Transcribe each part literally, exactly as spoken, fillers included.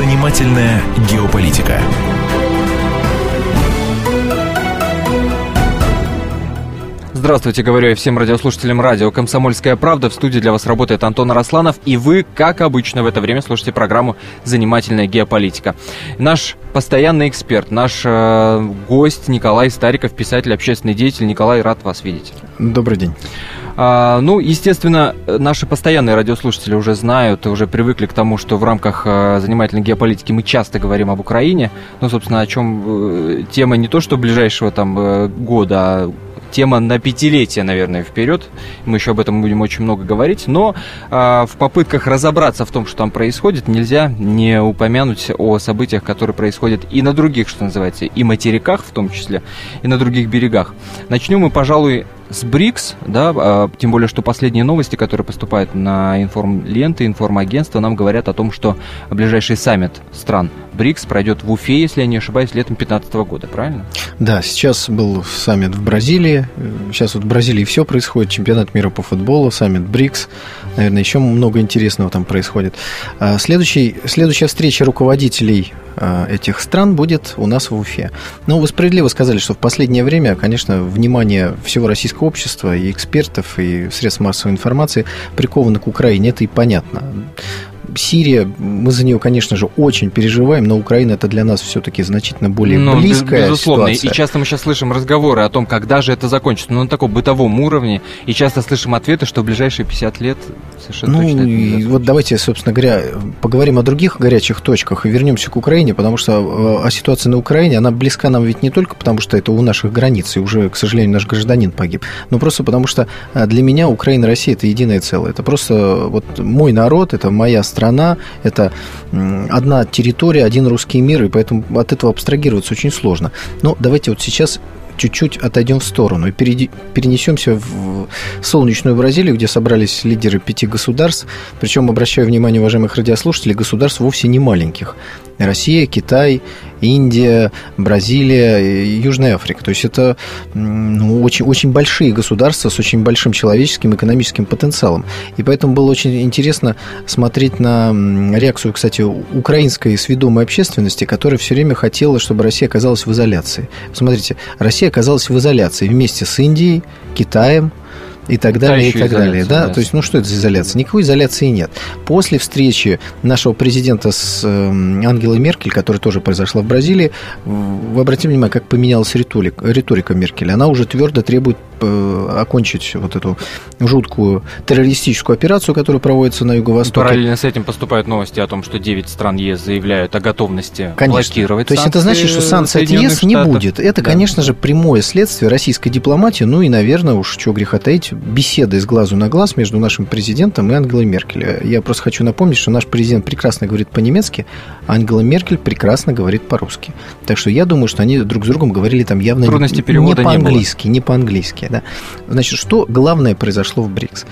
Занимательная геополитика. Здравствуйте, говорю я всем радиослушателям радио «Комсомольская правда». В студии для вас работает Антон Арасланов. И вы, как обычно, в это время слушаете программу «Занимательная геополитика». Наш постоянный эксперт, наш э, гость Николай Стариков, писатель, общественный деятель. Николай, рад вас видеть. Добрый день. А, ну, естественно, наши постоянные радиослушатели уже знают, уже привыкли к тому, что в рамках а, занимательной геополитики мы часто говорим об Украине. Ну, собственно, о чем э, тема не то, что ближайшего там э, года, а тема на пятилетие, наверное, вперед. Мы еще об этом будем очень много говорить. Но а, в попытках разобраться в том, что там происходит, нельзя не упомянуть о событиях, которые происходят и на других, что называется, и материках в том числе, и на других берегах. Начнем мы, пожалуй, с БРИКС, да, а, тем более, что последние новости, которые поступают на информленты, информагентства, нам говорят о том, что ближайший саммит стран БРИКС пройдет в Уфе, если я не ошибаюсь, летом две тысячи пятнадцатого года, правильно? Да, сейчас был саммит в Бразилии. Сейчас вот в Бразилии все происходит. Чемпионат мира по футболу, саммит БРИКС. Наверное, еще много интересного там происходит. Следующий, следующая встреча руководителей этих стран будет у нас в Уфе. Ну, вы справедливо сказали, что в последнее время, конечно, внимание всего российского общества и экспертов, и средств массовой информации приковано к Украине. Это и понятно. Сирия, мы за нее, конечно же, очень переживаем, но Украина это для нас все-таки значительно более ну, близкая безусловно. ситуация. И часто мы сейчас слышим разговоры о том, когда же это закончится, ну, на таком бытовом уровне, и часто слышим ответы, что в ближайшие пятьдесят лет совершенно ну, точно это не закончится. Вот давайте, собственно говоря, поговорим о других горячих точках и вернемся к Украине, потому что а ситуация на Украине, она близка нам ведь не только потому, что это у наших границ, и уже, к сожалению, наш гражданин погиб, но просто потому, что для меня Украина и Россия – это единое целое. Это просто вот мой народ, это моя страна, это одна территория, один русский мир, и поэтому от этого абстрагироваться очень сложно. Но давайте вот сейчас чуть-чуть отойдем в сторону и перенесемся в солнечную Бразилию, где собрались лидеры пяти государств, причем, обращаю внимание уважаемых радиослушателей, государств вовсе не маленьких. Россия, Китай, Индия, Бразилия, Южная Африка. То есть это ну, очень, очень большие государства с очень большим человеческим и экономическим потенциалом. И поэтому было очень интересно смотреть на реакцию, кстати, украинской сведомой общественности, которая все время хотела, чтобы Россия оказалась в изоляции. Посмотрите, Россия оказалась в изоляции вместе с Индией, Китаем, и так далее, и так далее. Да? То есть, ну что это за изоляция? Никакой изоляции нет. После встречи нашего президента с Ангелой Меркель, которая тоже произошла в Бразилии, вы обратите внимание, как поменялась риторика, риторика Меркель. Она уже твердо требует окончить вот эту жуткую террористическую операцию, которая проводится на Юго-Востоке. Параллельно с этим поступают новости о том, что девять стран ЕС заявляют о готовности конечно. блокировать санкции. То есть это значит, что санкций от ЕС не будет. Это, да. конечно же, прямое следствие российской дипломатии, ну и, наверное, уж чего греха таить, беседы с глазу на глаз между нашим президентом и Ангелой Меркель. Я просто хочу напомнить, что наш президент прекрасно говорит по-немецки, а Ангела Меркель прекрасно говорит по-русски. Так что я думаю, что они друг с другом говорили там явно Трудности не, перевода не по-английски, не по-английски. Да. Значит, что главное произошло в БРИКС?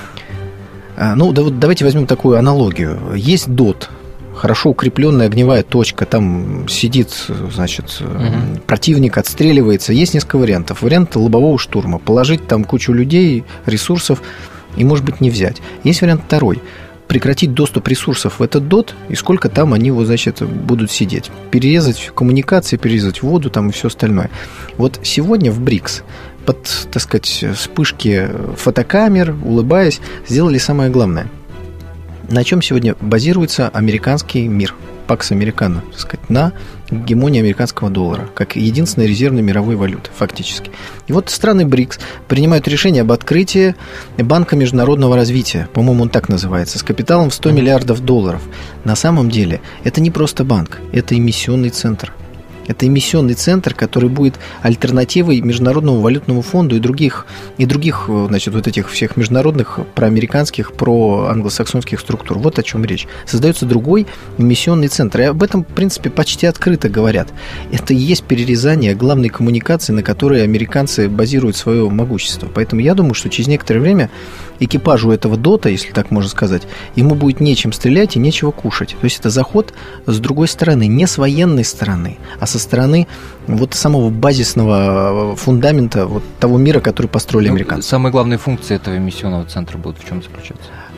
Ну, да, вот давайте возьмем такую аналогию. Есть ДОТ, хорошо укрепленная огневая точка, там сидит, значит, угу. противник, отстреливается. Есть несколько вариантов. Вариант лобового штурма. Положить там кучу людей, ресурсов и, может быть, не взять. Есть вариант второй. Прекратить доступ ресурсов в этот ДОТ, и сколько там они, вот, значит, будут сидеть. Перерезать коммуникации, перерезать воду там и все остальное. Вот сегодня в БРИКС под, так сказать, вспышки фотокамер, улыбаясь, сделали самое главное. На чем сегодня базируется американский мир? Пакс Американо, так сказать, на гегемонии американского доллара, как единственной резервной мировой валюты, фактически. И вот страны БРИКС принимают решение об открытии Банка международного развития, по-моему, он так называется, с капиталом в сто миллиардов долларов. На самом деле это не просто банк, это эмиссионный центр. Это эмиссионный центр, который будет альтернативой Международному валютному фонду и других, и других, значит, вот этих всех международных проамериканских, проанглосаксонских структур. Вот о чем речь. Создается другой эмиссионный центр. И об этом, в принципе, почти открыто говорят. Это и есть перерезание главной коммуникации, на которой американцы базируют свое могущество. Поэтому я думаю, что через некоторое время экипажу этого ДОТа, если так можно сказать, ему будет нечем стрелять и нечего кушать. То есть это заход с другой стороны, не с военной стороны, а со стороны вот самого базисного фундамента вот того мира, который построили американцы. Самые главные функции этого эмиссионного центра будут в чем заключаться?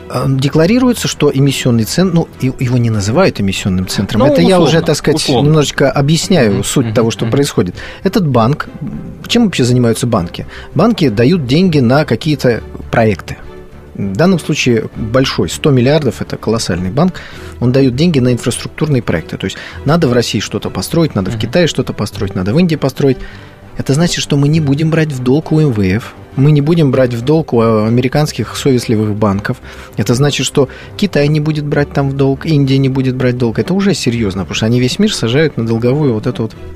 Декларируется, что эмиссионный центр, ну, его не называют эмиссионным центром, ну, это условно, я уже, так сказать, условно. немножечко объясняю mm-hmm. суть mm-hmm. того, что mm-hmm. происходит. Этот банк, чем вообще занимаются банки? Банки дают деньги на какие-то проекты. В данном случае большой, сто миллиардов, это колоссальный банк, он дает деньги на инфраструктурные проекты. То есть надо в России что-то построить, надо mm-hmm. в Китае что-то построить, надо в Индии построить. Это значит, что мы не будем брать в долг у эм вэ эф, мы не будем брать в долг у американских совестливых банков. Это значит, что Китай не будет брать там в долг, Индия не будет брать долг. Это уже серьезно, потому что они весь мир сажают на долговую вот эту вот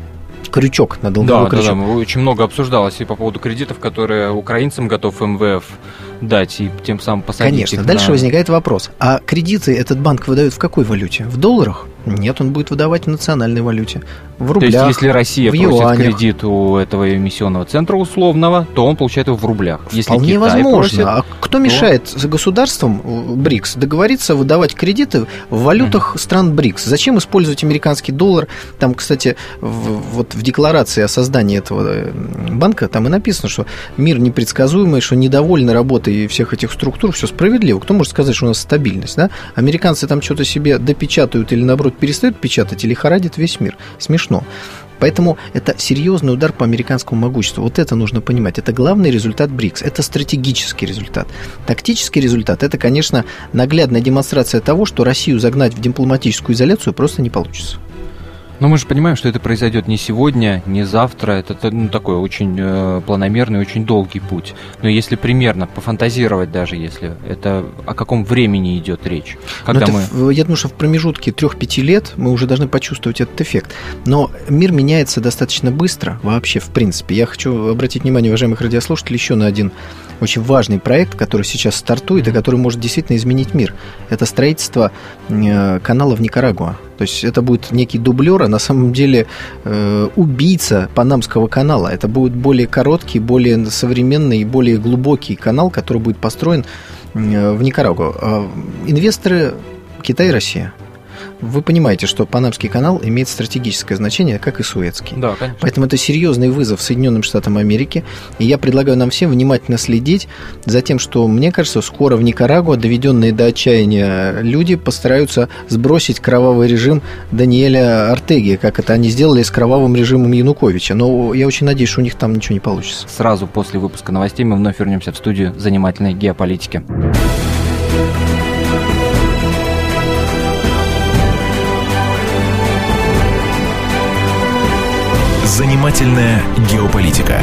крючок, на долговой да, крючок. Да, да, очень много обсуждалось и по поводу кредитов, которые украинцам готов эм вэ эф дать, и тем самым посадить Конечно, их дальше на... возникает вопрос. А кредиты этот банк выдает в какой валюте? В долларах? Нет, он будет выдавать в национальной валюте. В рублях, то есть, если Россия в просит юанях. кредит у этого эмиссионного центра условного, то он получает его в рублях. Если Вполне Китай возможно. просит, а кто то... мешает государствам БРИКС договориться выдавать кредиты в валютах mm-hmm. стран БРИКС? Зачем использовать американский доллар? Там, кстати, в, вот в декларации о создании этого банка там и написано, что мир непредсказуемый, что недовольны работой всех этих структур, все справедливо. Кто может сказать, что у нас стабильность? Да? Американцы там что-то себе допечатают или, наоборот, перестают печатать, или лихорадит весь мир. Смешно. Поэтому это серьезный удар по американскому могуществу. Вот это нужно понимать. Это главный результат БРИКС. Это стратегический результат. Тактический результат – это, конечно, наглядная демонстрация того, что Россию загнать в дипломатическую изоляцию просто не получится. Но мы же понимаем, что это произойдет не сегодня, не завтра. Это ну, такой очень э, планомерный, очень долгий путь. Но если примерно пофантазировать даже, если это о каком времени идет речь? Когда это, мы... Я думаю, что в промежутке трех-пяти лет мы уже должны почувствовать этот эффект. Но мир меняется достаточно быстро, вообще, в принципе. Я хочу обратить внимание, уважаемых радиослушателей, еще на один очень важный проект, который сейчас стартует и который может действительно изменить мир. Это строительство канала в Никарагуа. То есть это будет некий дублер, а на самом деле э, убийца Панамского канала. Это будет более короткий, более современный и более глубокий канал, который будет построен э, в Никарагуа. А инвесторы Китай и Россия. Вы понимаете, что Панамский канал имеет стратегическое значение, как и Суэцкий. Да, конечно. Поэтому это серьезный вызов Соединенным Штатам Америки. И я предлагаю нам всем внимательно следить за тем, что, мне кажется, скоро в Никарагуа доведенные до отчаяния люди постараются сбросить кровавый режим Даниэля Ортеги, как это они сделали с кровавым режимом Януковича. Но я очень надеюсь, что у них там ничего не получится. Сразу после выпуска новостей мы вновь вернемся в студию занимательной геополитики. Занимательная геополитика.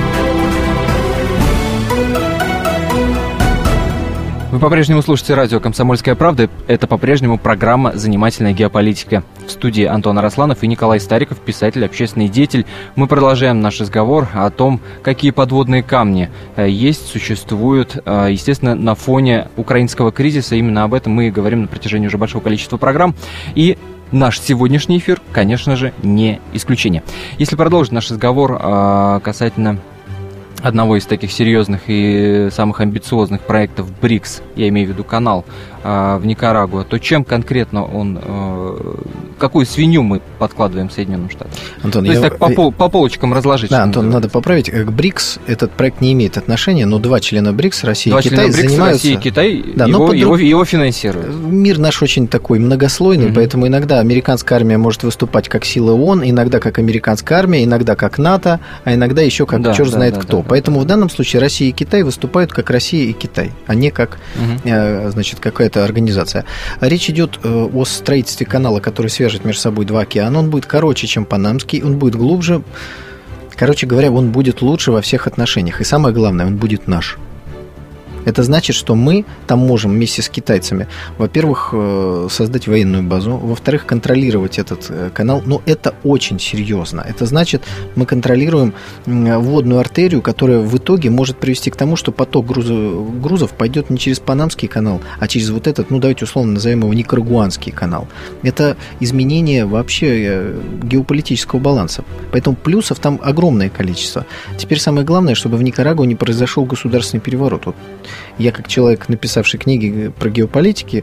Вы по-прежнему слушаете радио «Комсомольская правда». Это по-прежнему программа «Занимательная геополитика». В студии Антон Арасланов и Николай Стариков, писатель, общественный деятель. Мы продолжаем наш разговор о том, какие подводные камни есть, существуют, естественно, на фоне украинского кризиса. Именно об этом мы и говорим на протяжении уже большого количества программ. И наш сегодняшний эфир, конечно же, не исключение. Если продолжить наш разговор э, касательно одного из таких серьезных и самых амбициозных проектов БРИКС, я имею в виду канал э, в Никарагуа, то чем конкретно он, э, какую свинью мы подкладываем Соединенным Штатам? Антон, то я... есть так по, пол, по полочкам разложить. Да, Антон, надо поправить. К БРИКС этот проект не имеет отношения, но два члена ссБРИКС, Россия два и Китай, БРИКС, занимаются... Россия и Китай, да, его, под... его, его финансируют. Мир наш очень такой многослойный, mm-hmm. поэтому иногда американская армия может выступать как сила ООН, иногда как американская армия, иногда как НАТО, а иногда еще как да, черт да, знает да, кто. Да, поэтому да. в данном случае Россия и Китай выступают как Россия и Китай, а не как mm-hmm. значит, какая-то организация. Речь идет о строительстве канала, который свяжет между собой два океана. Он будет короче, чем Панамский, он будет глубже. Короче говоря, он будет лучше во всех отношениях. И самое главное, он будет наш. Это значит, что мы там можем вместе с китайцами, во-первых, создать военную базу, во-вторых, контролировать этот канал. Но это очень серьезно. Это значит, мы контролируем водную артерию, которая в итоге может привести к тому, что поток грузов, грузов пойдет не через Панамский канал, а через вот этот, ну давайте условно назовем его Никарагуанский канал. Это изменение вообще геополитического баланса. Поэтому плюсов там огромное количество. Теперь самое главное, чтобы в Никарагуа не произошел государственный переворот. Вот я, как человек, написавший книги про геополитики,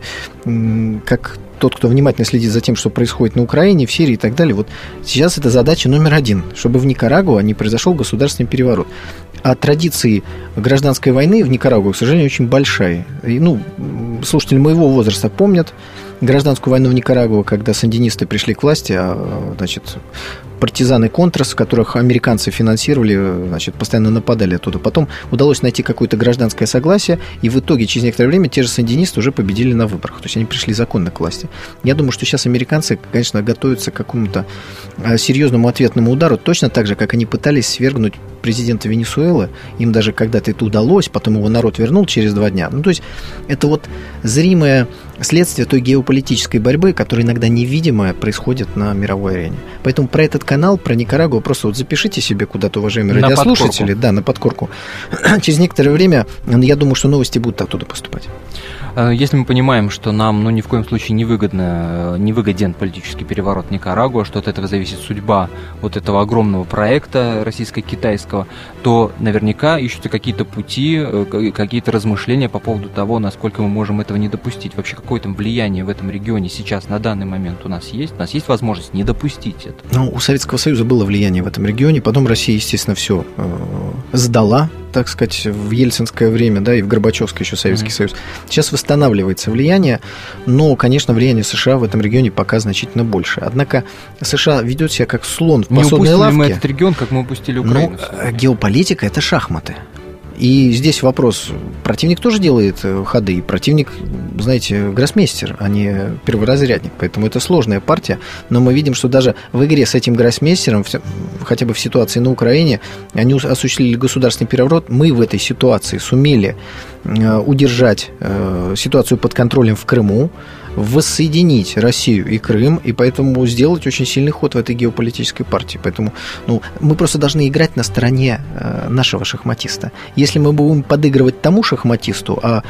как тот, кто внимательно следит за тем, что происходит на Украине, в Сирии и так далее, вот сейчас это задача номер один, чтобы в Никарагуа не произошел государственный переворот. А традиции гражданской войны в Никарагуа, к сожалению, очень большая. И, ну, слушатели моего возраста помнят гражданскую войну в Никарагуа, когда сандинисты пришли к власти, а, значит, партизаны Контрас, которых американцы финансировали, значит, постоянно нападали оттуда. Потом удалось найти какое-то гражданское согласие, и в итоге через некоторое время те же сандинисты уже победили на выборах. То есть они пришли законно к власти. Я думаю, что сейчас американцы, конечно, готовятся к какому-то серьезному ответному удару, точно так же, как они пытались свергнуть президента Венесуэлы. Им даже когда-то это удалось, потом его народ вернул через два дня. Ну, то есть это вот зримое следствие той геополитической борьбы, которая иногда невидимая происходит на мировой арене. Поэтому про этот канал, про Никарагуа, просто вот запишите себе куда-то, уважаемые на радиослушатели. подкорку. Да, на подкорку. Через некоторое время, я думаю, что новости будут оттуда поступать. Если мы понимаем, что нам ну, ни в коем случае не выгодно, не выгоден политический переворот Никарагуа, что от этого зависит судьба вот этого огромного проекта российско-китайского, то наверняка ищутся какие-то пути, какие-то размышления по поводу того, насколько мы можем этого не допустить. Вообще, какое там влияние в этом регионе сейчас на данный момент у нас есть? У нас есть возможность не допустить это? Ну, у Советского Союза было влияние в этом регионе, потом Россия, естественно, все э, сдала, так сказать, в ельцинское время, да, и в Горбачевское еще Советский mm-hmm. Союз. Сейчас восстанавливается влияние, но, конечно, влияние США в этом регионе пока значительно больше. Однако США ведет себя как слон в посудной лавке. Не упустили мы этот регион, как мы упустили Украину? Ну, геополитика – это шахматы. И здесь вопрос, противник тоже делает ходы, и противник, знаете, гроссмейстер, а не перворазрядник, поэтому это сложная партия, но мы видим, что даже в игре с этим гроссмейстером, хотя бы в ситуации на Украине, они осуществили государственный переворот, мы в этой ситуации сумели удержать ситуацию под контролем в Крыму, воссоединить Россию и Крым, и поэтому сделать очень сильный ход в этой геополитической партии. Поэтому ну, мы просто должны играть на стороне э, нашего шахматиста. Если мы будем подыгрывать тому шахматисту, а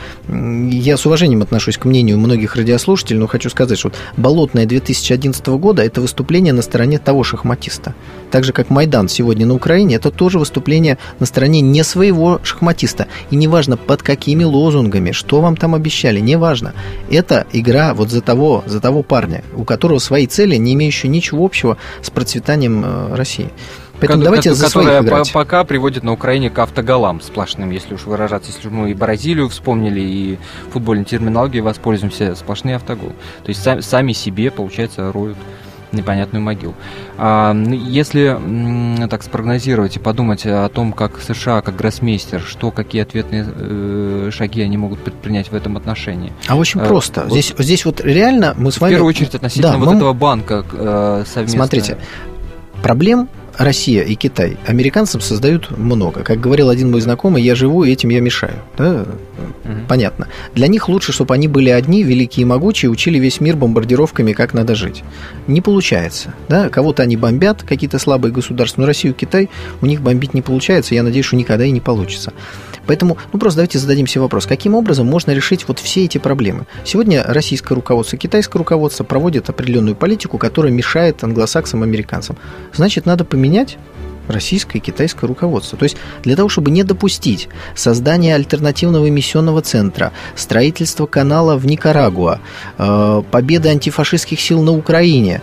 я с уважением отношусь к мнению многих радиослушателей, но хочу сказать, что вот Болотное две тысячи одиннадцатого года – это выступление на стороне того шахматиста. Так же, как Майдан сегодня на Украине, это тоже выступление на стороне не своего шахматиста. И неважно, под какими лозунгами, что вам там обещали, неважно. Это игра вот за того, за того парня, у которого свои цели, не имеющие ничего общего с процветанием России. Поэтому Ко- давайте ко- за своих играть. Пока приводит на Украине к автоголам сплошным, если уж выражаться. Если мы и Бразилию вспомнили, и футбольной терминологией воспользуемся, сплошные автоголы. То есть сами, сами себе, получается, роют непонятную могилу. А, если так спрогнозировать и подумать о том, как США, как гроссмейстер, что, какие ответные э, шаги они могут предпринять в этом отношении. А очень а, просто. Вот здесь, здесь вот реально мы с вами... В первую очередь относительно да, вот мы... этого банка э, совместно. Смотрите, проблем Россия и Китай американцам создают много. Как говорил один мой знакомый, я живу, и этим я мешаю. Да? Угу. Понятно. Для них лучше, чтобы они были одни, великие и могучие, учили весь мир бомбардировками, как надо жить. Не получается. Да? Кого-то они бомбят, какие-то слабые государства, но Россию и Китай у них бомбить не получается, я надеюсь, что никогда и не получится. Поэтому, ну, просто давайте зададим себе вопрос, каким образом можно решить вот все эти проблемы. Сегодня российское руководство, китайское руководство проводит определенную политику, которая мешает англосаксам, американцам. Значит, надо поменять российское и китайское руководство. То есть для того, чтобы не допустить создания альтернативного эмиссионного центра, строительства канала в Никарагуа, победы антифашистских сил на Украине,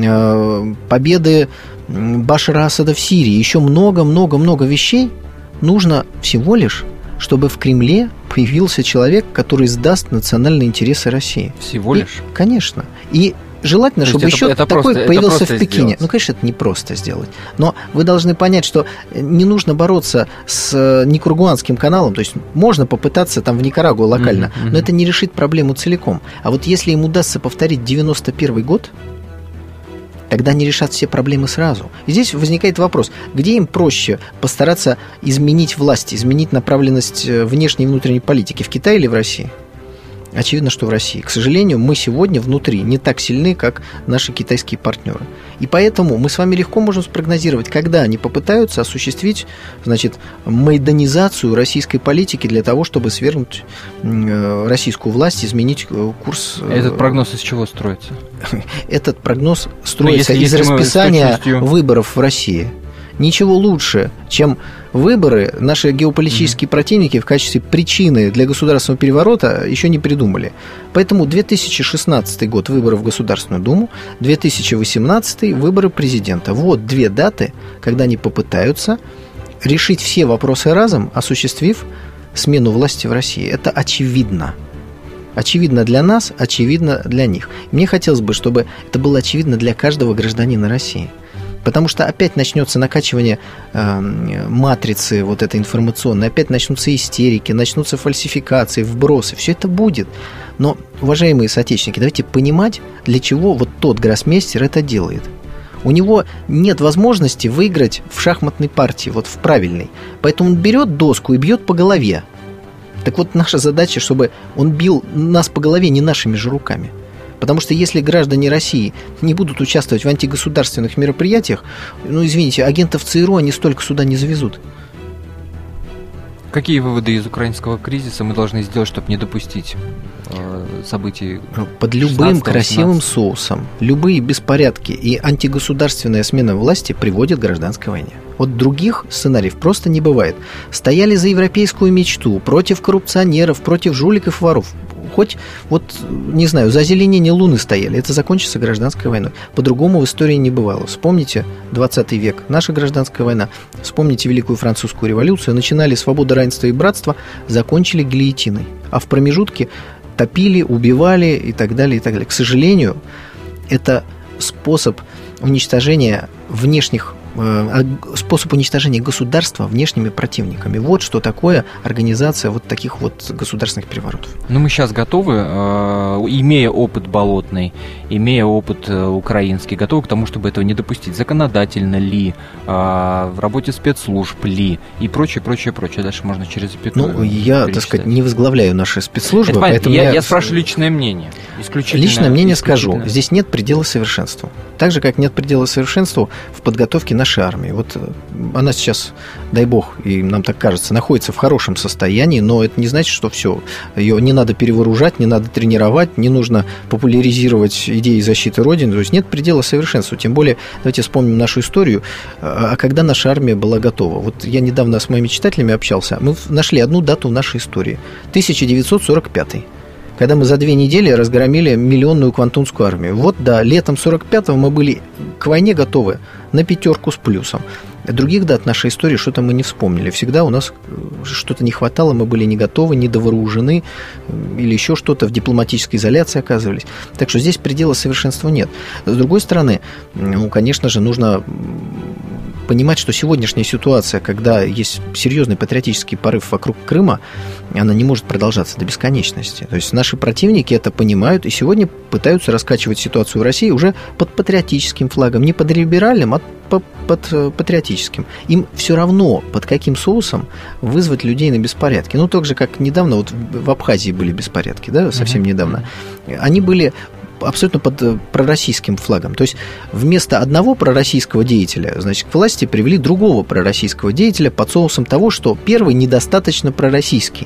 победы Башара Асада в Сирии, еще много-много-много вещей, нужно всего лишь, чтобы в Кремле появился человек, который сдаст национальные интересы России. Всего и, лишь? Конечно. И желательно, чтобы это, еще это такой просто, появился в Пекине. Сделать. Ну, конечно, это непросто сделать. Но вы должны понять, что не нужно бороться с Никарагуанским каналом. То есть можно попытаться там в Никарагуа локально, mm-hmm. но это не решит проблему целиком. А вот если им удастся повторить девяносто первый год, тогда они решат все проблемы сразу. И здесь возникает вопрос, где им проще постараться изменить власть, изменить направленность внешней и внутренней политики, в Китае или в России? Очевидно, что в России. К сожалению, мы сегодня внутри не так сильны, как наши китайские партнеры. И поэтому мы с вами легко можем спрогнозировать, когда они попытаются осуществить, значит, майданизацию российской политики для того, чтобы свергнуть российскую власть, изменить курс. Этот прогноз из чего строится? Этот прогноз строится ну, из расписания выборов в России. Ничего лучше, чем выборы, наши геополитические mm-hmm. противники в качестве причины для государственного переворота еще не придумали. Поэтому две тысячи шестнадцатый год выборы в Государственную Думу, две тысячи восемнадцатый выборы президента. Вот две даты, когда они попытаются решить все вопросы разом, осуществив смену власти в России. Это очевидно. Очевидно для нас, очевидно для них. Мне хотелось бы, чтобы это было очевидно для каждого гражданина России. Потому что опять начнется накачивание э, матрицы вот этой информационной, опять начнутся истерики, начнутся фальсификации, вбросы. Все это будет. Но, уважаемые соотечественники, давайте понимать, для чего вот тот гроссмейстер это делает. У него нет возможности выиграть в шахматной партии, вот в правильной. Поэтому он берет доску и бьет по голове. Так вот, наша задача, чтобы он бил нас по голове не нашими же руками. Потому что если граждане России не будут участвовать в антигосударственных мероприятиях, ну, извините, агентов ЦРУ они столько сюда не завезут. Какие выводы из украинского кризиса мы должны сделать, чтобы не допустить э, событий? Под любым красивым соусом любые беспорядки и антигосударственная смена власти приводят к гражданской войне. Вот других сценариев просто не бывает. Стояли за европейскую мечту, против коррупционеров, против жуликов и воров. Хоть, вот, не знаю, за озеленение Луны стояли. Это закончится гражданской войной. По-другому в истории не бывало. Вспомните двадцатый век, наша гражданская война. Вспомните Великую Французскую революцию. Начинали свобода, равенство и братство, закончили гильотиной. А в промежутке топили, убивали и так далее, и так далее. К сожалению, это способ уничтожения внешних способ уничтожения государства внешними противниками. Вот что такое организация вот таких вот государственных переворотов. Ну, мы сейчас готовы, имея опыт болотный, имея опыт украинский, готовы к тому, чтобы этого не допустить. Законодательно ли, в работе спецслужб ли и прочее, прочее, прочее. Дальше можно через запятую. Ну, я, так сказать, не возглавляю наши спецслужбы. Поэтому я, я... я спрашиваю личное мнение. Личное мнение скажу. Здесь нет предела совершенству. Так же, как нет предела совершенству в подготовке нашей армии. Вот она сейчас, дай бог, и нам так кажется, находится в хорошем состоянии, но это не значит, что все, ее не надо перевооружать, не надо тренировать, не нужно популяризировать идеи защиты Родины, то есть нет предела совершенству. Тем более, давайте вспомним нашу историю, а когда наша армия была готова. Вот я недавно с моими читателями общался, мы нашли одну дату в нашей истории, тысяча девятьсот сорок пятый. Когда мы за две недели разгромили миллионную квантунскую армию. Вот, да, летом сорок пятого мы были к войне готовы на пятерку с плюсом. Других дат нашей истории что-то мы не вспомнили. Всегда у нас что-то не хватало, мы были не готовы, недовооружены или еще что-то, в дипломатической изоляции оказывались. Так что здесь предела совершенства нет. С другой стороны, ну, конечно же, нужно понимать, что сегодняшняя ситуация, когда есть серьезный патриотический порыв вокруг Крыма, она не может продолжаться до бесконечности. То есть наши противники это понимают и сегодня пытаются раскачивать ситуацию в России уже под патриотическим флагом, не под либеральным, а под патриотическим. Им все равно, под каким соусом вызвать людей на беспорядки. Ну, так же, как недавно вот в Абхазии были беспорядки, да, совсем недавно. Они были абсолютно под пророссийским флагом. То есть вместо одного пророссийского деятеля, значит, к власти привели другого пророссийского деятеля под соусом того, что первый недостаточно пророссийский.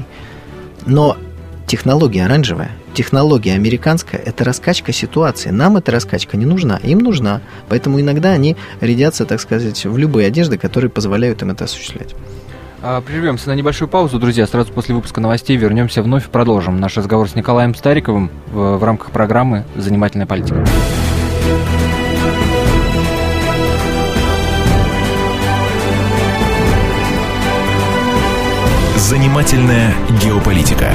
Но технология оранжевая, технология американская – это раскачка ситуации. Нам эта раскачка не нужна, им нужна. Поэтому иногда они рядятся, так сказать, в любые одежды, которые позволяют им это осуществлять. Прервемся на небольшую паузу, друзья. Сразу после выпуска новостей вернемся вновь и продолжим наш разговор с Николаем Стариковым в, в рамках программы «Занимательная политика». «Занимательная геополитика».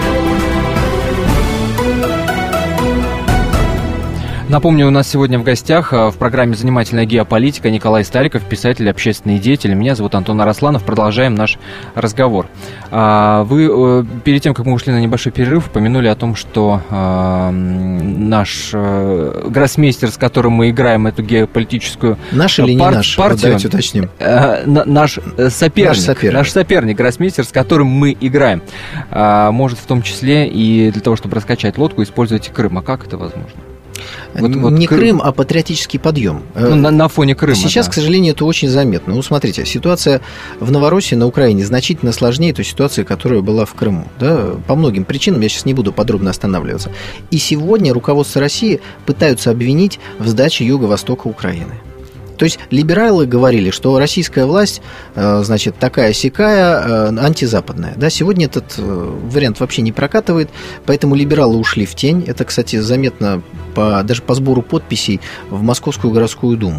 Напомню, у нас сегодня в гостях в программе «Занимательная геополитика» Николай Стариков, писатель, общественный деятель. Меня зовут Антон Арасланов. Продолжаем наш разговор. Вы перед тем, как мы ушли на небольшой перерыв, упомянули о том, что наш гроссмейстер, с которым мы играем эту геополитическую наш или пар- не наш? партию, вот давайте уточним. Наш соперник, наш соперник, наш соперник, гроссмейстер, с которым мы играем, может в том числе и для того, чтобы раскачать лодку, использовать и Крым. А как это возможно? Вот, вот не Крым, Крым, а патриотический подъем. Ну, на, на фоне Крыма. Сейчас, да. К сожалению, это очень заметно. Ну, смотрите, ситуация в Новороссии, на Украине значительно сложнее той ситуации, которая была в Крыму. Да? По многим причинам, я сейчас не буду подробно останавливаться. И сегодня руководство России пытаются обвинить в сдаче юго-востока Украины. То есть либералы говорили, что российская власть, значит, такая-сякая, антизападная. Да, сегодня этот вариант вообще не прокатывает, поэтому либералы ушли в тень. Это, кстати, заметно по, даже по сбору подписей в Московскую городскую думу.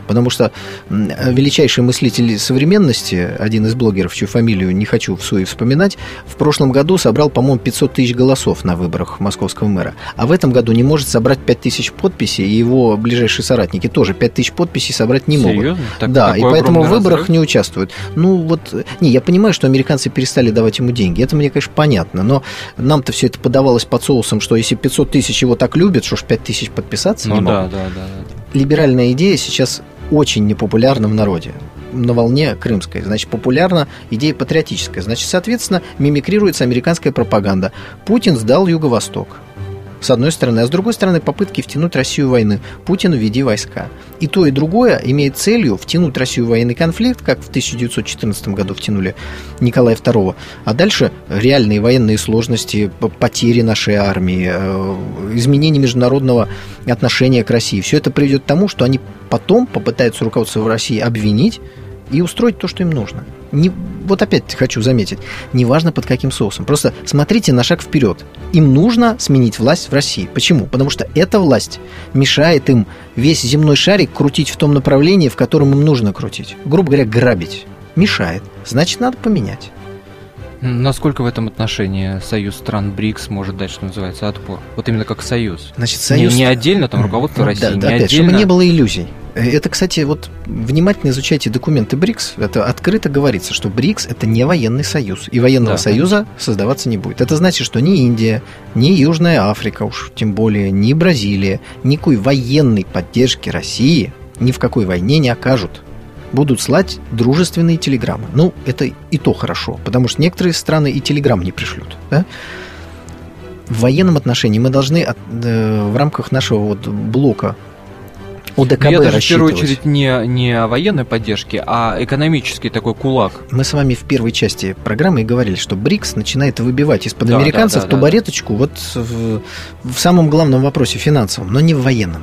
Потому что величайший мыслитель современности, один из блогеров, чью фамилию не хочу в суе вспоминать, в прошлом году собрал, по-моему, пятьсот тысяч голосов на выборах московского мэра. А в этом году не может собрать пять тысяч подписей, и его ближайшие соратники тоже пять тысяч подписей собрать не могут. Серьезно? Так, да, и поэтому в выборах разрыв? не участвуют. Ну вот, не, я понимаю, что американцы перестали давать ему деньги. Это мне, конечно, понятно, но нам-то все это подавалось под соусом, что если пятьсот тысяч его так любят, что ж пять тысяч подписаться ну, не да, могут. да, да, да. Либеральная идея сейчас очень непопулярна в народе. На волне крымской. Значит, популярна идея патриотическая. Значит, соответственно, мимикрируется американская пропаганда. Путин сдал Юго-Восток. С одной стороны, а с другой стороны, попытки втянуть Россию в войну. Путин, введи войска. И то, и другое имеет целью втянуть Россию в военный конфликт, как в тысяча девятьсот четырнадцатом году втянули Николая второго. А дальше реальные военные сложности, потери нашей армии, изменение международного отношения к России. Все это приведет к тому, что они потом попытаются руководство в России обвинить и устроить то, что им нужно. Не, вот опять хочу заметить, неважно под каким соусом. Просто смотрите на шаг вперед. Им нужно сменить власть в России. Почему? Потому что эта власть мешает им весь земной шарик крутить в том направлении, в котором им нужно крутить. Грубо говоря, грабить. Мешает. Значит, надо поменять. Насколько в этом отношении союз стран БРИКС может дать, что называется, отпор? Вот именно как союз. Значит, союз... Не, не отдельно там руководство ну, России, да, не да, опять, отдельно... чтобы не было иллюзий. Это, кстати, вот внимательно изучайте документы БРИКС. Это открыто говорится, что БРИКС – это не военный союз. И военного да, союза конечно. создаваться не будет. Это значит, что ни Индия, ни Южная Африка, уж тем более, ни Бразилия, никакой военной поддержки России ни в какой войне не окажут. Будут слать дружественные телеграммы. Ну, это и то хорошо, потому что некоторые страны и телеграмм не пришлют. Да? В военном отношении мы должны от, э, в рамках нашего вот блока ОДКБ я даже рассчитывать. в первую очередь не, не о военной поддержке, а экономический такой кулак. Мы с вами в первой части программы и говорили, что БРИКС начинает выбивать из-под да, американцев да, да, табуреточку да, да. вот в, в самом главном вопросе финансовом, но не в военном.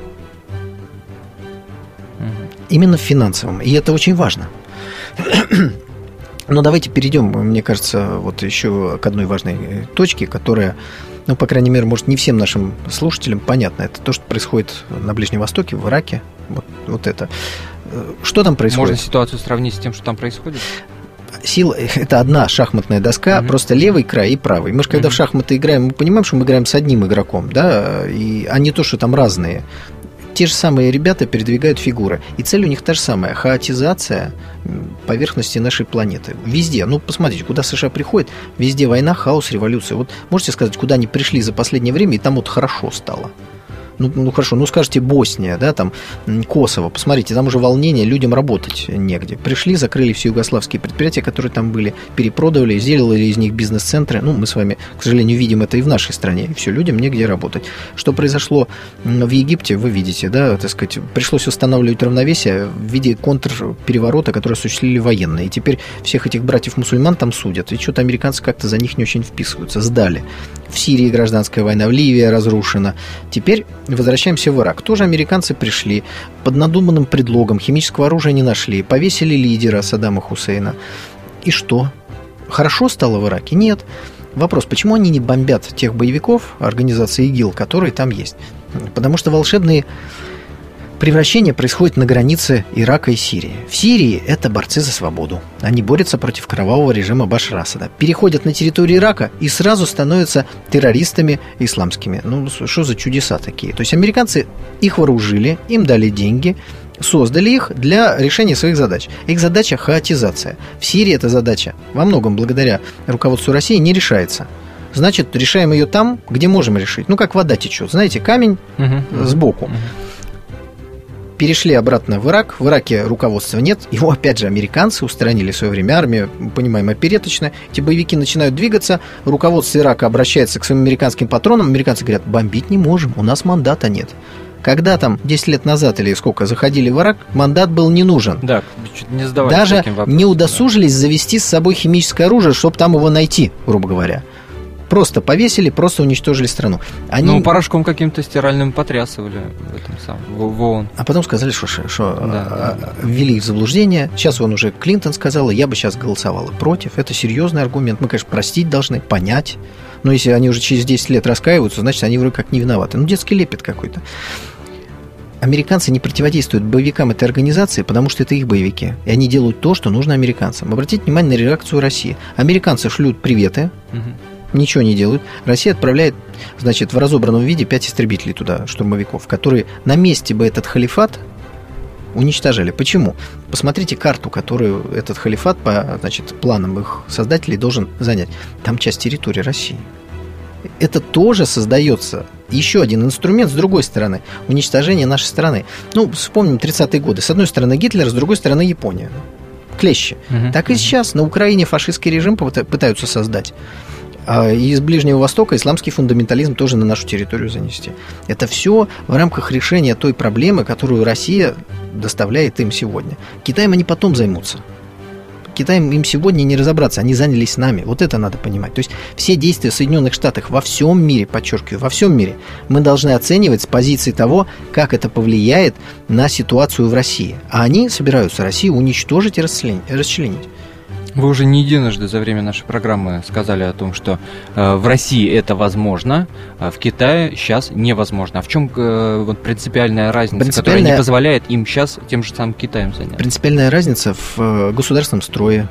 Именно в финансовом. И это очень важно. Но давайте перейдем, мне кажется, вот еще к одной важной точке, которая, ну, по крайней мере, может, не всем нашим слушателям понятно. Это то, что происходит на Ближнем Востоке, в Ираке. Вот, вот это. Что там происходит? Можно ситуацию сравнить с тем, что там происходит? Сила – это одна шахматная доска, uh-huh. просто левый край и правый. Мы же, когда uh-huh. в шахматы играем, мы понимаем, что мы играем с одним игроком, да, и, а не то, что там разные. Те же самые ребята передвигают фигуры. И цель у них та же самая – хаотизация поверхности нашей планеты. Везде. Ну, посмотрите, куда США приходит, везде война, хаос, революция. Вот можете сказать, куда они пришли за последнее время, и там вот хорошо стало. Ну, ну хорошо, ну скажите Босния, да, там Косово, посмотрите, там уже волнение, людям работать негде. Пришли, закрыли все югославские предприятия, которые там были, перепродавали, сделали из них бизнес-центры. Ну, мы с вами, к сожалению, видим это и в нашей стране. И все, людям негде работать. Что произошло в Египте, вы видите, да, так сказать, пришлось устанавливать равновесие в виде контрпереворота, который осуществили военные. И теперь всех этих братьев-мусульман там судят. И что-то американцы как-то за них не очень вписываются, сдали. В Сирии гражданская война, в Ливии разрушена. Теперь возвращаемся в Ирак. Тоже американцы пришли под надуманным предлогом, химического оружия не нашли, повесили лидера Саддама Хусейна. И что? Хорошо стало в Ираке? Нет. Вопрос, почему они не бомбят тех боевиков организации ИГИЛ, которые там есть? Потому что волшебные превращение происходит на границе Ирака и Сирии. В Сирии это борцы за свободу. Они борются против кровавого режима Башара Асада. Переходят на территорию Ирака и сразу становятся террористами исламскими. Ну, что за чудеса такие? То есть американцы их вооружили, им дали деньги, создали их для решения своих задач. Их задача – хаотизация. В Сирии эта задача во многом благодаря руководству России не решается. Значит, решаем ее там, где можем решить. Ну, как вода течет. Знаете, камень uh-huh. сбоку. Uh-huh. Перешли обратно в Ирак. В Ираке руководства нет. Его, опять же, американцы устранили в свое время. Армия, понимаем, опереточная. Эти боевики начинают двигаться. Руководство Ирака обращается к своим американским патронам. Американцы говорят, бомбить не можем, у нас мандата нет. Когда там десять лет назад или сколько заходили в Ирак, мандат был не нужен. Да, чуть не задавались даже таким вопросом, не удосужились да. завести с собой химическое оружие, чтобы там его найти, грубо говоря. Просто повесили, просто уничтожили страну. Они... Ну, порошком каким-то стиральным потрясывали в этом самом, в, в ООН. А потом сказали, что, что да, да. ввели их в заблуждение. Сейчас он уже, Клинтон сказала, я бы сейчас голосовала против. Это серьезный аргумент. Мы, конечно, простить должны, понять. Но если они уже через десять лет раскаиваются, значит, они вроде как не виноваты. Ну, детский лепет какой-то. американцы не противодействуют боевикам этой организации, потому что это их боевики. И они делают то, что нужно американцам. Обратите внимание на реакцию России. Американцы шлют приветы, угу. ничего не делают. Россия отправляет, значит, в разобранном виде пять истребителей туда, штурмовиков, которые на месте бы этот халифат уничтожали. Почему? Посмотрите карту, которую этот халифат по, значит, планам их создателей должен занять. Там часть территории России. Это тоже создается еще один инструмент с другой стороны. Уничтожение нашей страны. Ну, вспомним тридцатые годы. С одной стороны Гитлер, с другой стороны Япония. Клещи. Uh-huh. Так и сейчас на Украине фашистский режим пытаются создать. А из Ближнего Востока исламский фундаментализм тоже на нашу территорию занести. Это все в рамках решения той проблемы, которую Россия доставляет им сегодня. Китаем они потом займутся. Китаем им сегодня не разобраться, они занялись нами. Вот это надо понимать. То есть все действия Соединенных Штатов во всем мире, подчеркиваю, во всем мире, мы должны оценивать с позиции того, как это повлияет на ситуацию в России. А они собираются Россию уничтожить и расчленить. Вы уже не единожды за время нашей программы сказали о том, что э, в России это возможно, а в Китае сейчас невозможно. А в чем э, вот принципиальная разница, принципиальная... которая не позволяет им сейчас тем же самым Китаем заняться? Принципиальная разница в государственном строе,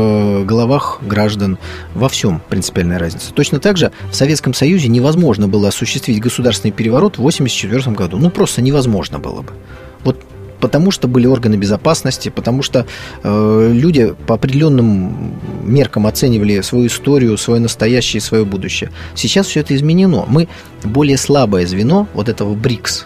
в головах граждан, во всем принципиальная разница. Точно так же в Советском Союзе невозможно было осуществить государственный переворот в восемьдесят четвёртом году. Ну, просто невозможно было бы. Вот потому что были органы безопасности, потому что э, люди по определенным меркам оценивали свою историю, свое настоящее и свое будущее. Сейчас все это изменено. Мы более слабое звено вот этого БРИКС.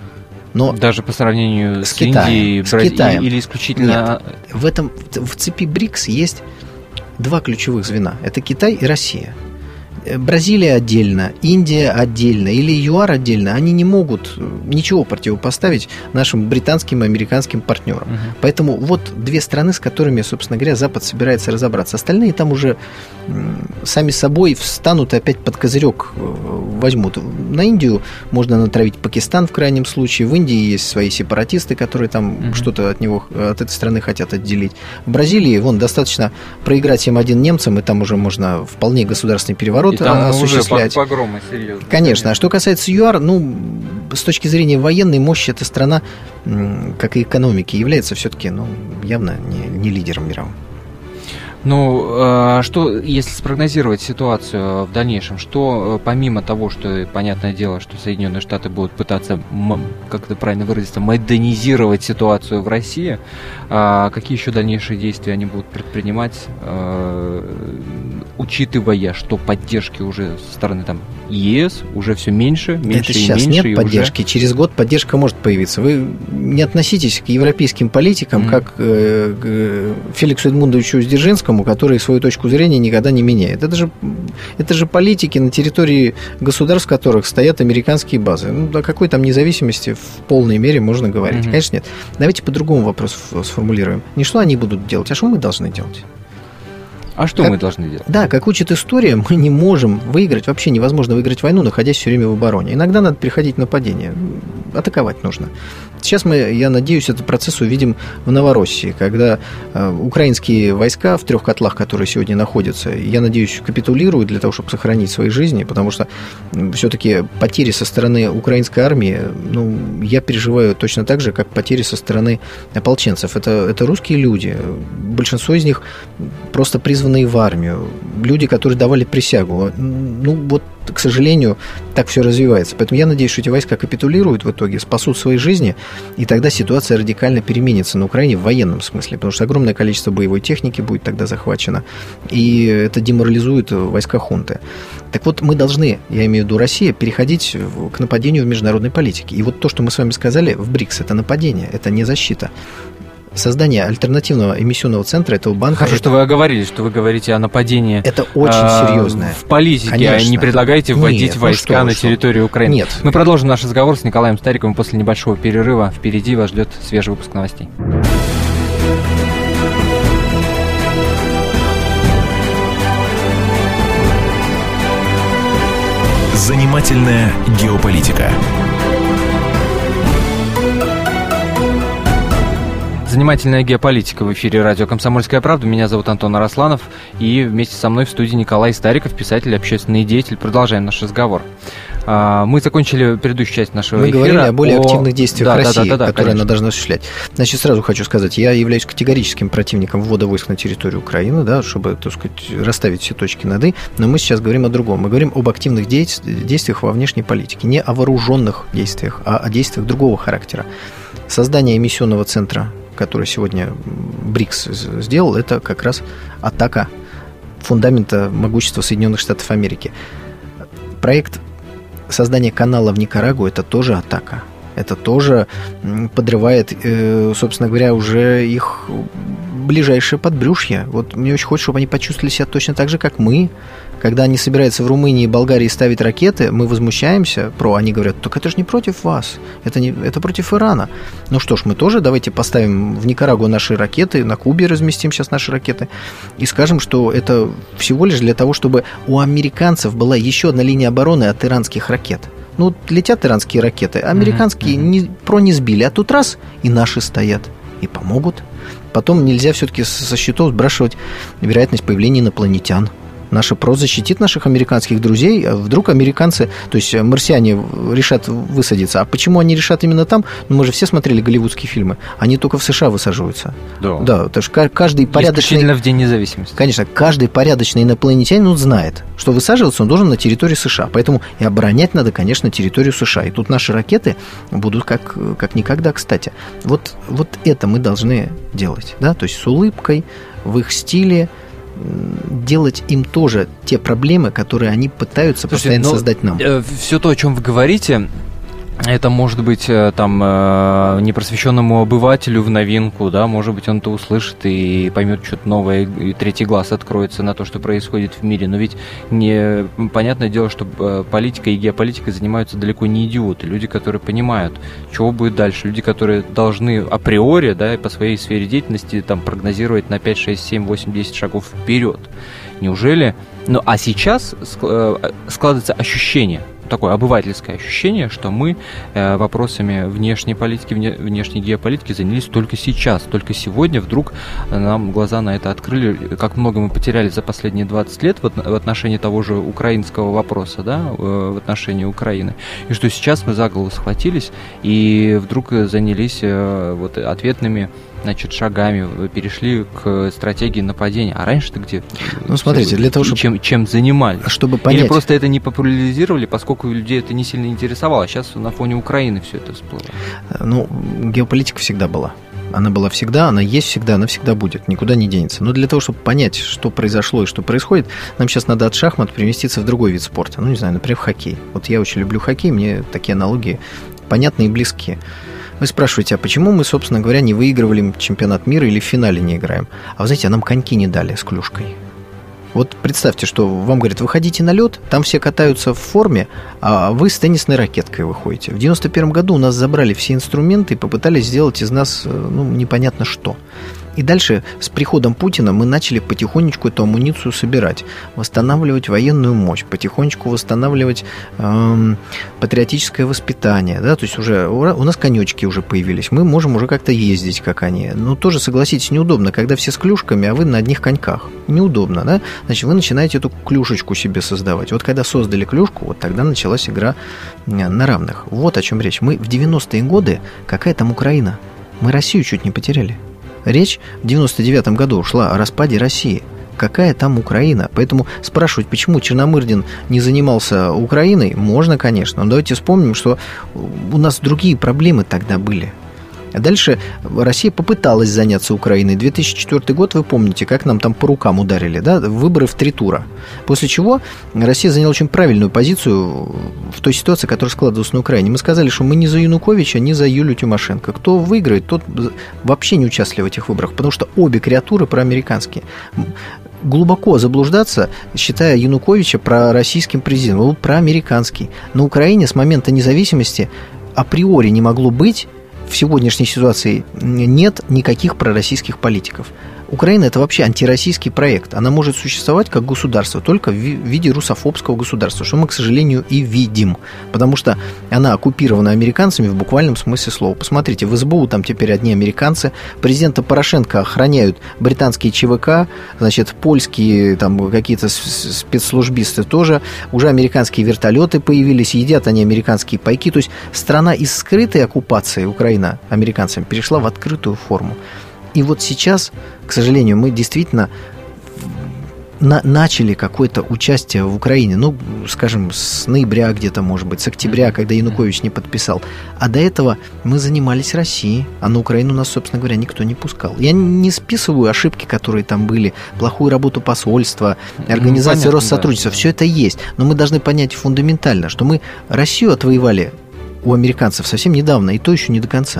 Но даже по сравнению с, с Китаем, Индией, с Китаем. Или исключительно... Нет, в, этом, в цепи БРИКС есть два ключевых звена. Это Китай и Россия. Бразилия отдельно, Индия отдельно или ЮАР отдельно, они не могут ничего противопоставить нашим британским и американским партнерам. Uh-huh. Поэтому вот две страны, с которыми, собственно говоря, Запад собирается разобраться. Остальные там уже сами собой встанут и опять под козырек возьмут. На Индию можно натравить Пакистан в крайнем случае. В Индии есть свои сепаратисты, которые там uh-huh. что-то от него, от этой страны хотят отделить. В Бразилии, вон, достаточно проиграть семь один немцам, и там уже можно вполне государственный переворот осуществлять. Уже погромы серьезные. Конечно. А что касается ЮАР, ну, с точки зрения военной мощи, эта страна, как и экономики, является все-таки, ну, явно не, не лидером мировым. Ну, а что, если спрогнозировать ситуацию в дальнейшем, что помимо того, что, понятное дело, что Соединенные Штаты будут пытаться, как это правильно выразиться, модернизировать ситуацию в России, какие еще дальнейшие действия они будут предпринимать, учитывая, что поддержки уже со стороны там ЕС уже все меньше, меньше это и сейчас меньше. Нет поддержки, уже... через год поддержка может появиться. Вы не относитесь к европейским политикам, mm-hmm. как э, к Феликсу Эдмундовичу Дзержинскому, который свою точку зрения никогда не меняет. Это же, это же политики, на территории государств которых стоят американские базы. Ну, о какой там независимости в полной мере можно говорить? Mm-hmm. Конечно, нет. Давайте по-другому вопрос сформулируем. Не что они будут делать, а что мы должны делать? А что как, мы должны делать? Да, как учит история, мы не можем выиграть, вообще невозможно выиграть войну, находясь все время в обороне. Иногда надо переходить в нападение, атаковать нужно. Сейчас мы, я надеюсь, этот процесс увидим в Новороссии, когда э, украинские войска в трех котлах, которые сегодня находятся, я надеюсь, капитулируют для того, чтобы сохранить свои жизни, потому что все-таки потери со стороны украинской армии, ну, я переживаю точно так же, как потери со стороны ополченцев. Это, это русские люди, большинство из них просто призванные в армию, люди, которые давали присягу. Ну, вот, к сожалению, так все развивается. Поэтому я надеюсь, что эти войска капитулируют в итоге, спасут свои жизни, и тогда ситуация радикально переменится на Украине в военном смысле, потому что огромное количество боевой техники будет тогда захвачено, и это деморализует войска хунты. Так вот, мы должны, я имею в виду Россия, переходить к нападению в международной политике. И вот то, что мы с вами сказали в БРИКС, это нападение, это не защита. Создание альтернативного эмиссионного центра этого банка... Хорошо, это... что вы оговорили, что вы говорите о нападении... Это очень а, серьезное. В политике, Конечно. а не предлагаете вводить Нет, войска ну что, на территорию Украины. Нет. Мы продолжим наш разговор с Николаем Стариковым после небольшого перерыва. Впереди вас ждет свежий выпуск новостей. Занимательная геополитика. Занимательная геополитика в эфире радио «Комсомольская правда». Меня зовут Антон Арасланов. И вместе со мной в студии Николай Стариков, писатель, общественный деятель. Продолжаем наш разговор. Мы закончили предыдущую часть нашего Мы эфира. Мы говорили о более о... активных действиях да, России, да, да, да, которые конечно. она должна осуществлять. Значит, сразу хочу сказать, я являюсь категорическим противником ввода войск на территорию Украины, да, чтобы, так сказать, расставить все точки над «и», но мы сейчас говорим о другом. Мы говорим об активных действиях во внешней политике, не о вооруженных действиях, а о действиях другого характера. Создание эмиссионного центра, который сегодня БРИКС сделал, это как раз атака фундамента могущества Соединенных Штатов Америки. Проект создания канала в Никарагуа – это тоже атака. Это тоже подрывает, собственно говоря, уже их ближайшее подбрюшье. Вот мне очень хочется, чтобы они почувствовали себя точно так же, как мы. Когда они собираются в Румынии и Болгарии ставить ракеты, мы возмущаемся, про, они говорят, так это же не против вас, это, не, это против Ирана. Ну что ж, мы тоже давайте поставим в Никарагуа наши ракеты, на Кубе разместим сейчас наши ракеты и скажем, что это всего лишь для того, чтобы у американцев была еще одна линия обороны от иранских ракет. Ну, летят иранские ракеты, американские mm-hmm. не, про не сбили, а тут раз, и наши стоят, и помогут. Потом нельзя все-таки со счетов сбрасывать вероятность появления инопланетян. Наша ПРО защитит наших американских друзей. Вдруг американцы, то есть марсиане, решат высадиться. А почему они решат именно там? Ну, мы же все смотрели голливудские фильмы. Они только в США высаживаются. Да. Да, потому что каждый порядочный... Исключительно в День независимости. Конечно, каждый порядочный инопланетянин он знает, что высаживаться он должен на территории США. Поэтому и оборонять надо, конечно, территорию США. И тут наши ракеты будут как, как никогда, кстати. Вот, вот это мы должны делать. Да? То есть с улыбкой, в их стиле, делать им тоже те проблемы, которые они пытаются Слушайте, постоянно создать нам. Э, все то, о чем вы говорите, это может быть там непросвещенному обывателю в новинку, да, может быть, он-то услышит и поймет что-то новое, и третий глаз откроется на то, что происходит в мире. Но ведь не понятное дело, что политикой и геополитикой занимаются далеко не идиоты, люди, которые понимают, чего будет дальше, люди, которые должны априори, да, по своей сфере деятельности там прогнозировать на пять, шесть, семь, восемь, десять шагов вперед. Неужели? Ну, а сейчас складывается ощущение, такое обывательское ощущение, что мы э, вопросами внешней политики, вне, внешней геополитики занялись только сейчас, только сегодня вдруг нам глаза на это открыли, как много мы потеряли за последние двадцать лет в, в отношении того же украинского вопроса, да, э, в отношении Украины, и что сейчас мы за голову схватились и вдруг занялись э, вот ответными, значит, шагами, перешли к стратегии нападения. А раньше-то где? Ну, смотрите, для того, чтобы... Чем, чем занимались? Чтобы понять... Или просто это не популяризировали, поскольку людей это не сильно интересовало, а сейчас на фоне Украины все это всплыло? Ну, геополитика всегда была. Она была всегда, она есть всегда, она всегда будет, никуда не денется. Но для того, чтобы понять, что произошло и что происходит, нам сейчас надо от шахмат переместиться в другой вид спорта. Ну, не знаю, например, в хоккей. Вот я очень люблю хоккей, мне такие аналогии понятны и близкие. Вы спрашиваете, а почему мы, собственно говоря, не выигрывали чемпионат мира или в финале не играем? А вы знаете, а нам коньки не дали с клюшкой. Вот представьте, что вам говорят, выходите на лед, там все катаются в форме, а вы с теннисной ракеткой выходите. В девяносто первом году у нас забрали все инструменты и попытались сделать из нас, ну, непонятно что. И дальше с приходом Путина мы начали потихонечку эту амуницию собирать, восстанавливать военную мощь, потихонечку восстанавливать эм, патриотическое воспитание. Да? То есть уже у нас конечки уже появились, мы можем уже как-то ездить, как они. Но тоже, согласитесь, неудобно, когда все с клюшками, а вы на одних коньках. Неудобно, да? Значит, вы начинаете эту клюшечку себе создавать. Вот когда создали клюшку, вот тогда началась игра на равных. Вот о чем речь. Мы в девяностые годы, какая там Украина? Мы Россию чуть не потеряли. Речь в девяносто девятом году шла о распаде России. Какая там Украина? Поэтому спрашивать, почему Черномырдин не занимался Украиной, можно, конечно. Но давайте вспомним, что у нас другие проблемы тогда были. А дальше Россия попыталась заняться Украиной. две тысячи четвёртый год, вы помните, как нам там по рукам ударили, да? Выборы в три тура. После чего Россия заняла очень правильную позицию в той ситуации, которая складывалась на Украине. Мы сказали, что мы не за Януковича, не за Юлию Тимошенко. Кто выиграет, тот вообще не участвует в этих выборах, потому что обе креатуры проамериканские. Глубоко заблуждаться, считая Януковича пророссийским президентом, он проамериканский. На Украине с момента независимости априори не могло быть, в сегодняшней ситуации нет никаких пророссийских политиков. Украина – это вообще антироссийский проект. Она может существовать как государство только в виде русофобского государства, что мы, к сожалению, и видим. Потому что она оккупирована американцами в буквальном смысле слова. Посмотрите, в СБУ там теперь одни американцы. Президента Порошенко охраняют британские ЧВК, значит, польские там какие-то спецслужбисты тоже. Уже американские вертолеты появились, едят они американские пайки. То есть страна из скрытой оккупации, Украина, американцами, перешла в открытую форму. И вот сейчас, к сожалению, мы действительно на- начали какое-то участие в Украине, ну, скажем, с ноября где-то, может быть, с октября, когда Янукович не подписал. А до этого мы занимались Россией, а на Украину нас, собственно говоря, никто не пускал. Я не списываю ошибки, которые там были, плохую работу посольства, организации ну, Россотрудничества, да, все это есть. Но мы должны понять фундаментально, что мы Россию отвоевали у американцев совсем недавно, и то еще не до конца.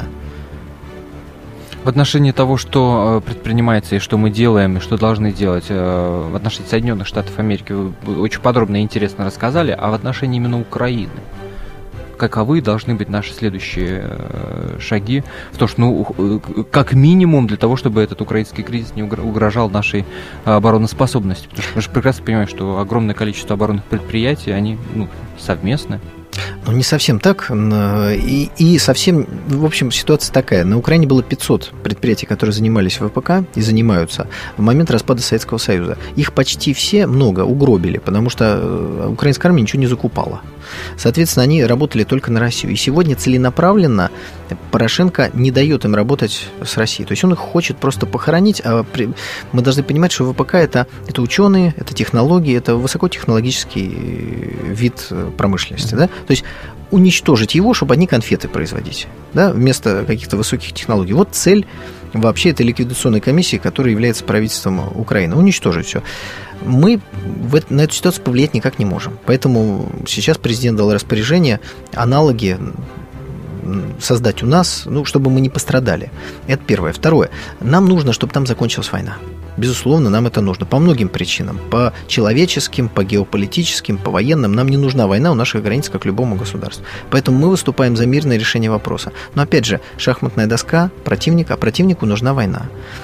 В отношении того, что предпринимается и что мы делаем, и что должны делать в отношении Соединенных Штатов Америки, вы очень подробно и интересно рассказали, а в отношении именно Украины, каковы должны быть наши следующие шаги? Потому что, ну, как минимум для того, чтобы этот украинский кризис не угрожал нашей обороноспособности. Потому что мы же прекрасно понимаем, что огромное количество оборонных предприятий, они ну, совместны. Ну, не совсем так. И, и совсем, в общем, ситуация такая. На Украине было пятьсот предприятий, которые занимались ВПК и занимаются в момент распада Советского Союза. Их почти все, много, угробили, потому что украинская армия ничего не закупала. Соответственно, они работали только на Россию. И сегодня целенаправленно Порошенко не дает им работать с Россией. То есть он их хочет просто похоронить. А при... мы должны понимать, что ВПК это, это ученые, это технологии, это высокотехнологический вид промышленности. Да? То есть уничтожить его, чтобы одни конфеты производить, да, вместо каких-то высоких технологий. Вот цель вообще этой ликвидационной комиссии, которая является правительством Украины. Уничтожить все. Мы в это, на эту ситуацию повлиять никак не можем. Поэтому сейчас президент дал распоряжение аналоги создать у нас, ну, чтобы мы не пострадали. Это первое. Второе. Нам нужно, чтобы там закончилась война. Безусловно, нам это нужно по многим причинам. По человеческим, по геополитическим, по военным. Нам не нужна война у наших границ, как любому государству. Поэтому мы выступаем за мирное решение вопроса. Но опять же, шахматная доска противника, а противнику нужна война.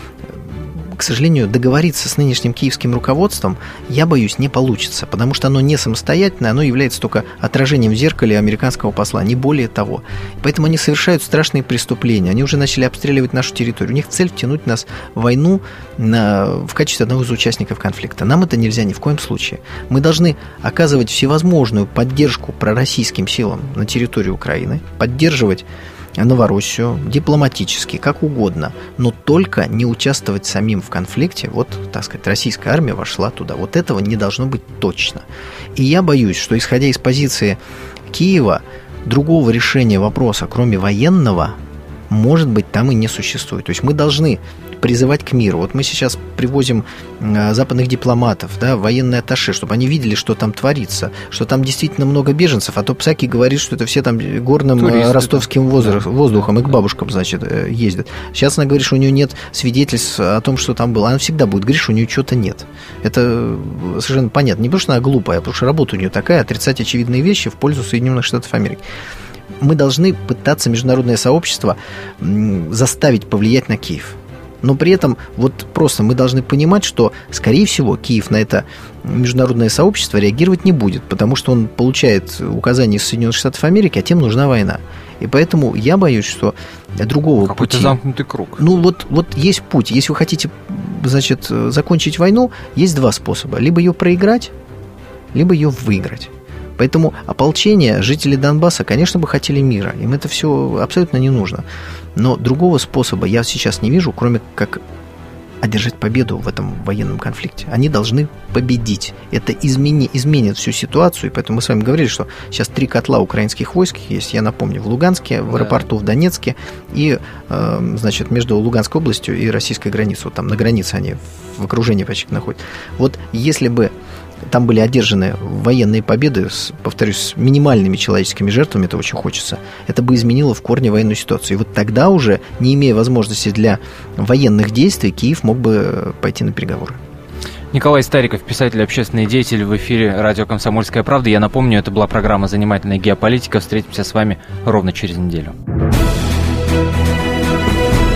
К сожалению, договориться с нынешним киевским руководством, я боюсь, не получится, потому что оно не самостоятельное, оно является только отражением в зеркале американского посла, не более того. Поэтому они совершают страшные преступления, они уже начали обстреливать нашу территорию. У них цель втянуть нас в войну на, в качестве одного из участников конфликта. Нам это нельзя ни в коем случае. Мы должны оказывать всевозможную поддержку пророссийским силам на территории Украины, поддерживать Новороссию, дипломатически, как угодно, но только не участвовать самим в конфликте. Вот, так сказать, российская армия вошла туда. Вот этого не должно быть точно. И я боюсь, что, исходя из позиции Киева, другого решения вопроса, кроме военного, может быть, там и не существует. То есть мы должны призывать к миру. Вот мы сейчас привозим западных дипломатов, да, военные атташе, чтобы они видели, что там творится, что там действительно много беженцев, а то Псаки говорит, что это все там горным туристы, ростовским воздух, да, воздухом и к бабушкам, значит, ездят. Сейчас она говорит, что у нее нет свидетельств о том, что там было. Она всегда будет говорить, что у нее чего-то нет. Это совершенно понятно. Не потому, что она глупая, а потому что работа у нее такая, отрицать очевидные вещи в пользу Соединенных Штатов Америки. Мы должны пытаться международное сообщество заставить повлиять на Киев. Но при этом вот просто мы должны понимать, что, скорее всего, Киев на это международное сообщество реагировать не будет, потому что он получает указания из Соединенных Штатов Америки, а тем нужна война. И поэтому я боюсь, что другого Какой-то пути... замкнутый круг. Ну, вот, вот есть путь. Если вы хотите, значит, закончить войну, есть два способа. Либо ее проиграть, либо ее выиграть. Поэтому ополчение, жители Донбасса, конечно, бы хотели мира. Им это все абсолютно не нужно. Но другого способа я сейчас не вижу, кроме как одержать победу в этом военном конфликте. Они должны победить. Это измени, изменит всю ситуацию. И поэтому мы с вами говорили, что сейчас три котла украинских войск есть, я напомню, в Луганске, в аэропорту в Донецке и, э, значит, между Луганской областью и российской границей. Вот там на границе они в окружении почти находятся. Вот если бы там были одержаны военные победы, с, повторюсь, с минимальными человеческими жертвами, это очень хочется, это бы изменило в корне военную ситуацию. И вот тогда уже, не имея возможности для военных действий, Киев мог бы пойти на переговоры. Николай Стариков, писатель, общественный деятель, в эфире радио «Комсомольская правда». Я напомню, это была программа «Занимательная геополитика». Встретимся с вами ровно через неделю.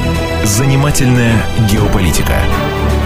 Занимательная геополитика.